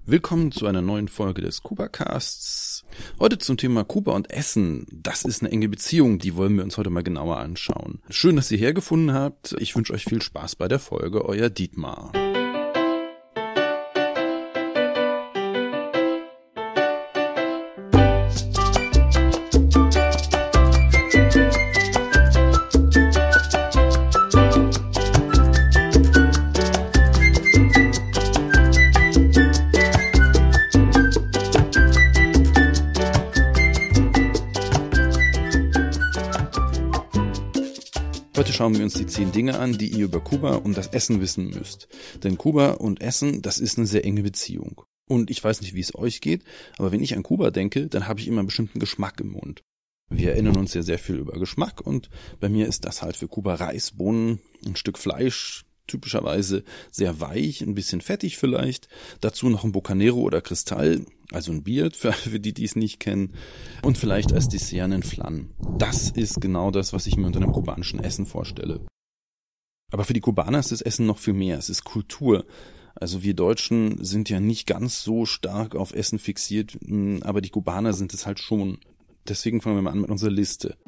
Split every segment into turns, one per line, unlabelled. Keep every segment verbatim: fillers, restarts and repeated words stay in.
Willkommen zu einer neuen Folge des Kuba-Casts. Heute zum Thema Kuba und Essen. Das ist eine enge Beziehung, die wollen wir uns heute mal genauer anschauen. Schön, dass ihr hergefunden habt. Ich wünsche euch viel Spaß bei der Folge. Euer Dietmar. Heute schauen wir uns die zehn Dinge an, die ihr über Kuba und das Essen wissen müsst. Denn Kuba und Essen, das ist eine sehr enge Beziehung. Und ich weiß nicht, wie es euch geht, aber wenn ich an Kuba denke, dann habe ich immer einen bestimmten Geschmack im Mund. Wir erinnern uns ja sehr viel über Geschmack und bei mir ist das halt für Kuba Reis, Bohnen, ein Stück Fleisch, typischerweise sehr weich, ein bisschen fettig vielleicht. Dazu noch ein Bocanero oder Kristall, also ein Bier, für, für die, die es nicht kennen. Und vielleicht als Dessert einen Flan. Das ist genau das, was ich mir unter einem kubanischen Essen vorstelle. Aber für die Kubaner ist das Essen noch viel mehr. Es ist Kultur. Also wir Deutschen sind ja nicht ganz so stark auf Essen fixiert, aber die Kubaner sind es halt schon. Deswegen fangen wir mal an mit unserer Liste.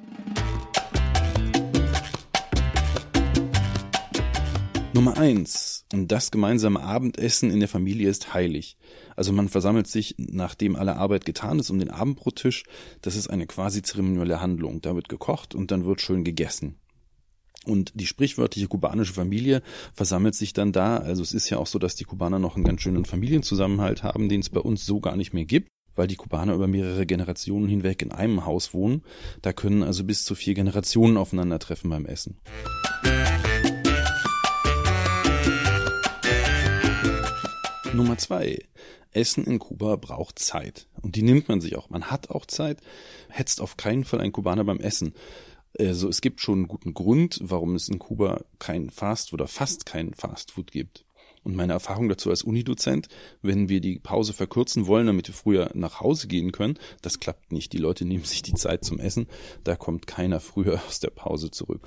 Nummer eins. Das gemeinsame Abendessen in der Familie ist heilig. Also man versammelt sich, nachdem alle Arbeit getan ist, um den Abendbrottisch. Das ist eine quasi zeremonielle Handlung. Da wird gekocht und dann wird schön gegessen. Und die sprichwörtliche kubanische Familie versammelt sich dann da. Also es ist ja auch so, dass die Kubaner noch einen ganz schönen Familienzusammenhalt haben, den es bei uns so gar nicht mehr gibt, weil die Kubaner über mehrere Generationen hinweg in einem Haus wohnen. Da können also bis zu vier Generationen aufeinandertreffen beim Essen. Nummer zwei. Essen in Kuba braucht Zeit. Und die nimmt man sich auch. Man hat auch Zeit. Hetzt auf keinen Fall ein Kubaner beim Essen. Also es gibt schon einen guten Grund, warum es in Kuba kein Fast oder fast kein Fastfood gibt. Und meine Erfahrung dazu als Unidozent, wenn wir die Pause verkürzen wollen, damit wir früher nach Hause gehen können, das klappt nicht. Die Leute nehmen sich die Zeit zum Essen. Da kommt keiner früher aus der Pause zurück.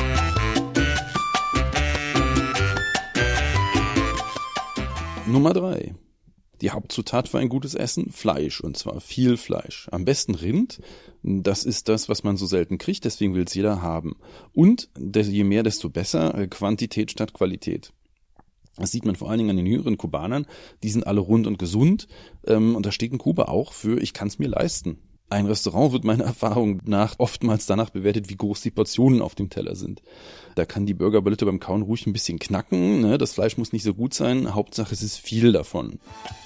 Nummer drei. Die Hauptzutat für ein gutes Essen, Fleisch, und zwar viel Fleisch. Am besten Rind, das ist das, was man so selten kriegt, deswegen will es jeder haben. Und je mehr, desto besser, Quantität statt Qualität. Das sieht man vor allen Dingen an den jüngeren Kubanern, die sind alle rund und gesund, und da steht in Kuba auch für, ich kann es mir leisten. Ein Restaurant wird meiner Erfahrung nach oftmals danach bewertet, wie groß die Portionen auf dem Teller sind. Da kann die Burgerbulette beim Kauen ruhig ein bisschen knacken, ne? Das Fleisch muss nicht so gut sein, Hauptsache es ist viel davon.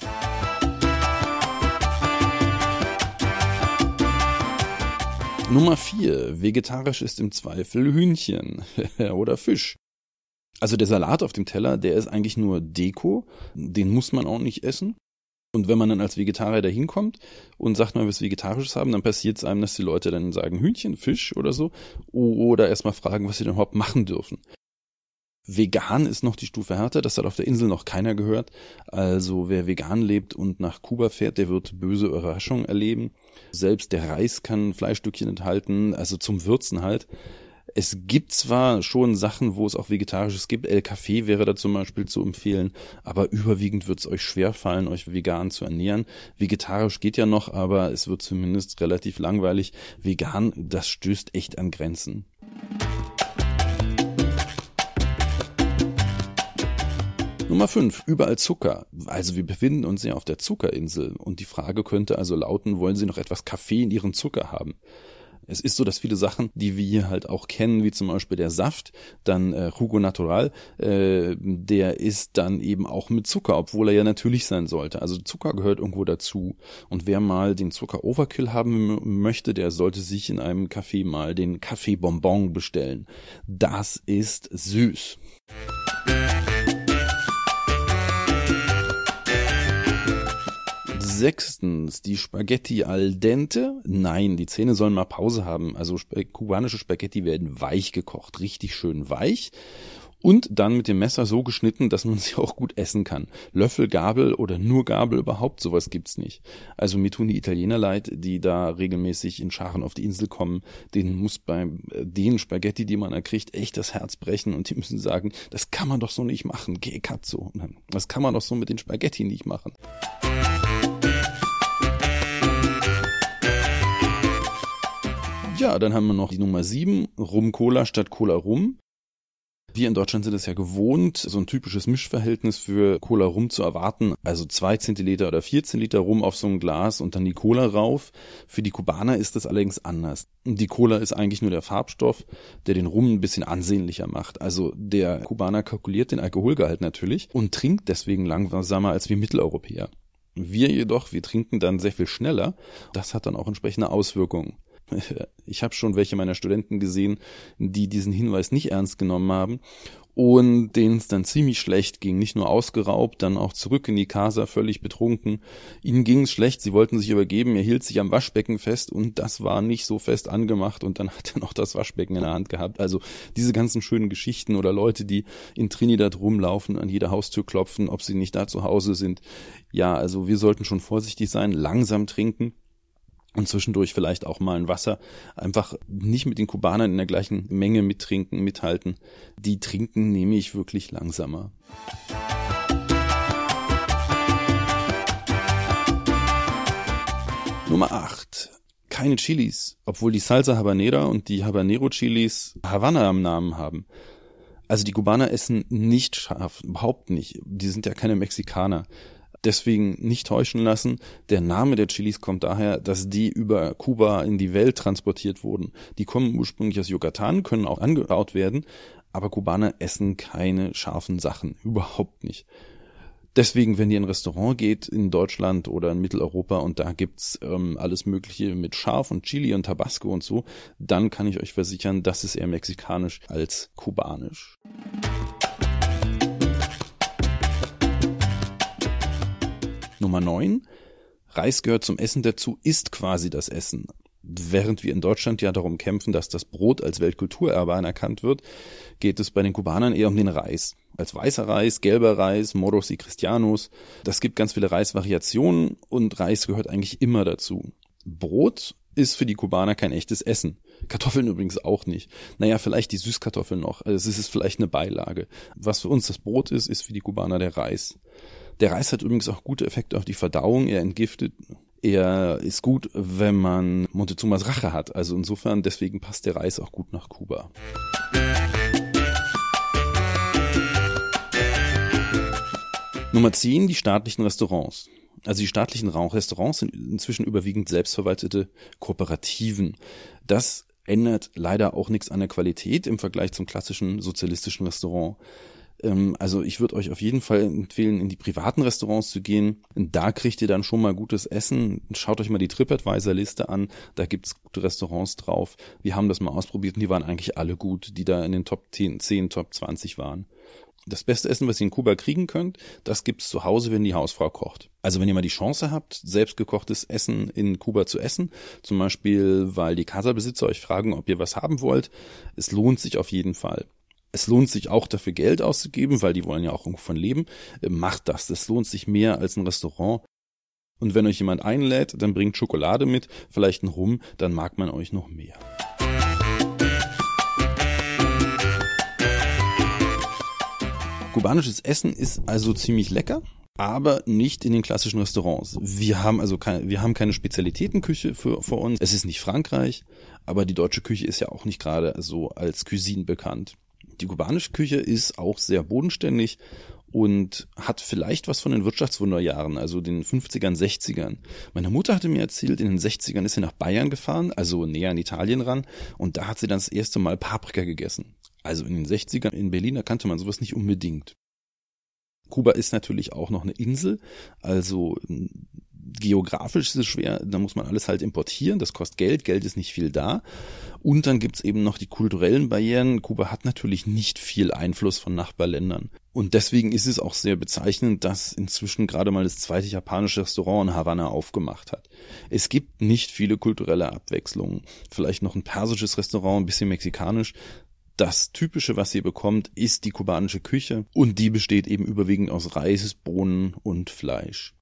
Nummer vier. Vegetarisch ist im Zweifel Hühnchen oder Fisch. Also der Salat auf dem Teller, der ist eigentlich nur Deko, den muss man auch nicht essen. Und wenn man dann als Vegetarier da hinkommt und sagt, man will was Vegetarisches haben, dann passiert es einem, dass die Leute dann sagen Hühnchen, Fisch oder so, oder erstmal fragen, was sie denn überhaupt machen dürfen. Vegan ist noch die Stufe härter, das hat auf der Insel noch keiner gehört. Also wer vegan lebt und nach Kuba fährt, der wird böse Überraschungen erleben. Selbst der Reis kann Fleischstückchen enthalten, also zum Würzen halt. Es gibt zwar schon Sachen, wo es auch Vegetarisches gibt, El Café wäre da zum Beispiel zu empfehlen, aber überwiegend wird es euch schwerfallen, euch vegan zu ernähren. Vegetarisch geht ja noch, aber es wird zumindest relativ langweilig. Vegan, das stößt echt an Grenzen. Nummer fünf. Überall Zucker. Also wir befinden uns ja auf der Zuckerinsel und die Frage könnte also lauten, wollen Sie noch etwas Kaffee in Ihren Zucker haben? Es ist so, dass viele Sachen, die wir hier halt auch kennen, wie zum Beispiel der Saft, dann äh, Jugo Natural, äh, der ist dann eben auch mit Zucker, obwohl er ja natürlich sein sollte. Also Zucker gehört irgendwo dazu. Und wer mal den Zucker-Overkill haben m- möchte, der sollte sich in einem Café mal den Kaffee-Bonbon bestellen. Das ist süß. Sechstens, die Spaghetti al dente. Nein, die Zähne sollen mal Pause haben. Also sp- kubanische Spaghetti werden weich gekocht, richtig schön weich. Und dann mit dem Messer so geschnitten, dass man sie auch gut essen kann. Löffel, Gabel oder nur Gabel überhaupt, sowas gibt's nicht. Also mir tun die Italiener leid, die da regelmäßig in Scharen auf die Insel kommen. Denen muss beim äh, den Spaghetti, die man da kriegt, echt das Herz brechen. Und die müssen sagen, das kann man doch so nicht machen. Che cazzo. Das kann man doch so mit den Spaghetti nicht machen. ja, dann haben wir noch die Nummer sieben, Rum-Cola statt Cola-Rum. Wir in Deutschland sind es ja gewohnt, so ein typisches Mischverhältnis für Cola-Rum zu erwarten. Also zwei Zentiliter oder vier Zentiliter Rum auf so ein Glas und dann die Cola rauf. Für die Kubaner ist das allerdings anders. Die Cola ist eigentlich nur der Farbstoff, der den Rum ein bisschen ansehnlicher macht. Also der Kubaner kalkuliert den Alkoholgehalt natürlich und trinkt deswegen langsamer als wir Mitteleuropäer. Wir jedoch, wir trinken dann sehr viel schneller. Das hat dann auch entsprechende Auswirkungen. Ich habe schon welche meiner Studenten gesehen, die diesen Hinweis nicht ernst genommen haben und denen es dann ziemlich schlecht ging. Nicht nur ausgeraubt, dann auch zurück in die Casa, völlig betrunken. Ihnen ging es schlecht, sie wollten sich übergeben, er hielt sich am Waschbecken fest und das war nicht so fest angemacht und dann hat er noch das Waschbecken in der Hand gehabt. Also diese ganzen schönen Geschichten oder Leute, die in Trinidad rumlaufen, an jeder Haustür klopfen, ob sie nicht da zu Hause sind. Ja, also wir sollten schon vorsichtig sein, langsam trinken. Und zwischendurch vielleicht auch mal ein Wasser. Einfach nicht mit den Kubanern in der gleichen Menge mittrinken, mithalten. Die trinken nämlich wirklich langsamer. Nummer acht. Keine Chilis, obwohl die Salsa Habanera und die Habanero Chilis Havanna am Namen haben. Also die Kubaner essen nicht scharf, überhaupt nicht. Die sind ja keine Mexikaner. Deswegen nicht täuschen lassen. Der Name der Chilis kommt daher, dass die über Kuba in die Welt transportiert wurden. Die kommen ursprünglich aus Yucatan, können auch angebaut werden, aber Kubaner essen keine scharfen Sachen, überhaupt nicht. Deswegen, wenn ihr in ein Restaurant geht in Deutschland oder in Mitteleuropa und da gibt's ähm, alles Mögliche mit Scharf und Chili und Tabasco und so, dann kann ich euch versichern, das ist eher mexikanisch als kubanisch. Nummer neun. Reis gehört zum Essen dazu, ist quasi das Essen. Während wir in Deutschland ja darum kämpfen, dass das Brot als Weltkulturerbe anerkannt wird, geht es bei den Kubanern eher um den Reis. Als weißer Reis, gelber Reis, Moros y Cristianos. Das gibt ganz viele Reisvariationen und Reis gehört eigentlich immer dazu. Brot ist für die Kubaner kein echtes Essen. Kartoffeln übrigens auch nicht. Naja, vielleicht die Süßkartoffeln noch. Also es ist vielleicht eine Beilage. Was für uns das Brot ist, ist für die Kubaner der Reis. Der Reis hat übrigens auch gute Effekte auf die Verdauung. Er entgiftet. Er ist gut, wenn man Montezumas Rache hat. Also insofern, deswegen passt der Reis auch gut nach Kuba. Nummer zehn, die staatlichen Restaurants. Also die staatlichen Restaurants sind inzwischen überwiegend selbstverwaltete Kooperativen. Das ändert leider auch nichts an der Qualität im Vergleich zum klassischen sozialistischen Restaurant. Also ich würde euch auf jeden Fall empfehlen, in die privaten Restaurants zu gehen. Da kriegt ihr dann schon mal gutes Essen. Schaut euch mal die TripAdvisor-Liste an. Da gibt's gute Restaurants drauf. Wir haben das mal ausprobiert und die waren eigentlich alle gut, die da in den Top zehn, Top zwanzig waren. Das beste Essen, was ihr in Kuba kriegen könnt, das gibt's zu Hause, wenn die Hausfrau kocht. Also wenn ihr mal die Chance habt, selbstgekochtes Essen in Kuba zu essen, zum Beispiel, weil die Casa-Besitzer euch fragen, ob ihr was haben wollt, es lohnt sich auf jeden Fall. Es lohnt sich auch dafür Geld auszugeben, weil die wollen ja auch irgendwo von leben. Macht das, das lohnt sich mehr als ein Restaurant. Und wenn euch jemand einlädt, dann bringt Schokolade mit, vielleicht ein Rum, dann mag man euch noch mehr. Kubanisches Essen ist also ziemlich lecker, aber nicht in den klassischen Restaurants. Wir haben also keine, wir haben keine Spezialitätenküche für, für uns. Es ist nicht Frankreich, aber die deutsche Küche ist ja auch nicht gerade so als Cuisine bekannt. Die kubanische Küche ist auch sehr bodenständig und hat vielleicht was von den Wirtschaftswunderjahren, also den fünfzigern, sechzigern. Meine Mutter hatte mir erzählt, in den sechzigern ist sie nach Bayern gefahren, also näher an Italien ran, und da hat sie dann das erste Mal Paprika gegessen. Also in den sechzigern in Berlin, da kannte man sowas nicht unbedingt. Kuba ist natürlich auch noch eine Insel, also geografisch ist es schwer, da muss man alles halt importieren, das kostet Geld, Geld ist nicht viel da. Und dann gibt's eben noch die kulturellen Barrieren. Kuba hat natürlich nicht viel Einfluss von Nachbarländern. Und deswegen ist es auch sehr bezeichnend, dass inzwischen gerade mal das zweite japanische Restaurant in Havanna aufgemacht hat. Es gibt nicht viele kulturelle Abwechslungen. Vielleicht noch ein persisches Restaurant, ein bisschen mexikanisch. Das Typische, was ihr bekommt, ist die kubanische Küche. Und die besteht eben überwiegend aus Reis, Bohnen und Fleisch.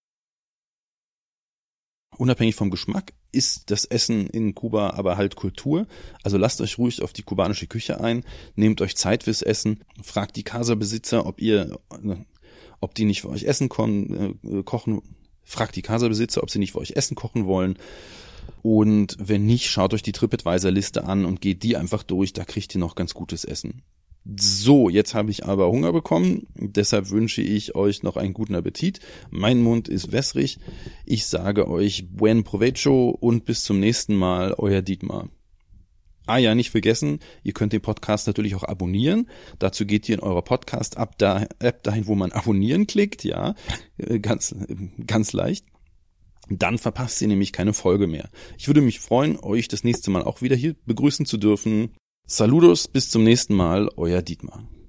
Unabhängig vom Geschmack ist das Essen in Kuba aber halt Kultur. Also lasst euch ruhig auf die kubanische Küche ein, nehmt euch Zeit fürs Essen, fragt die Casa-Besitzer, ob ihr, ob die nicht für euch Essen kommen, äh, kochen, fragt die Casa-Besitzer, ob sie nicht für euch Essen kochen wollen. Und wenn nicht, schaut euch die TripAdvisor-Liste an und geht die einfach durch, da kriegt ihr noch ganz gutes Essen. So, jetzt habe ich aber Hunger bekommen, deshalb wünsche ich euch noch einen guten Appetit. Mein Mund ist wässrig. Ich sage euch buen provecho und bis zum nächsten Mal, euer Dietmar. Ah ja, nicht vergessen, ihr könnt den Podcast natürlich auch abonnieren. Dazu geht ihr in eurer Podcast-App dahin, wo man abonnieren klickt, ja, ganz, ganz leicht. Dann verpasst ihr nämlich keine Folge mehr. Ich würde mich freuen, euch das nächste Mal auch wieder hier begrüßen zu dürfen. Saludos, bis zum nächsten Mal, euer Dietmar.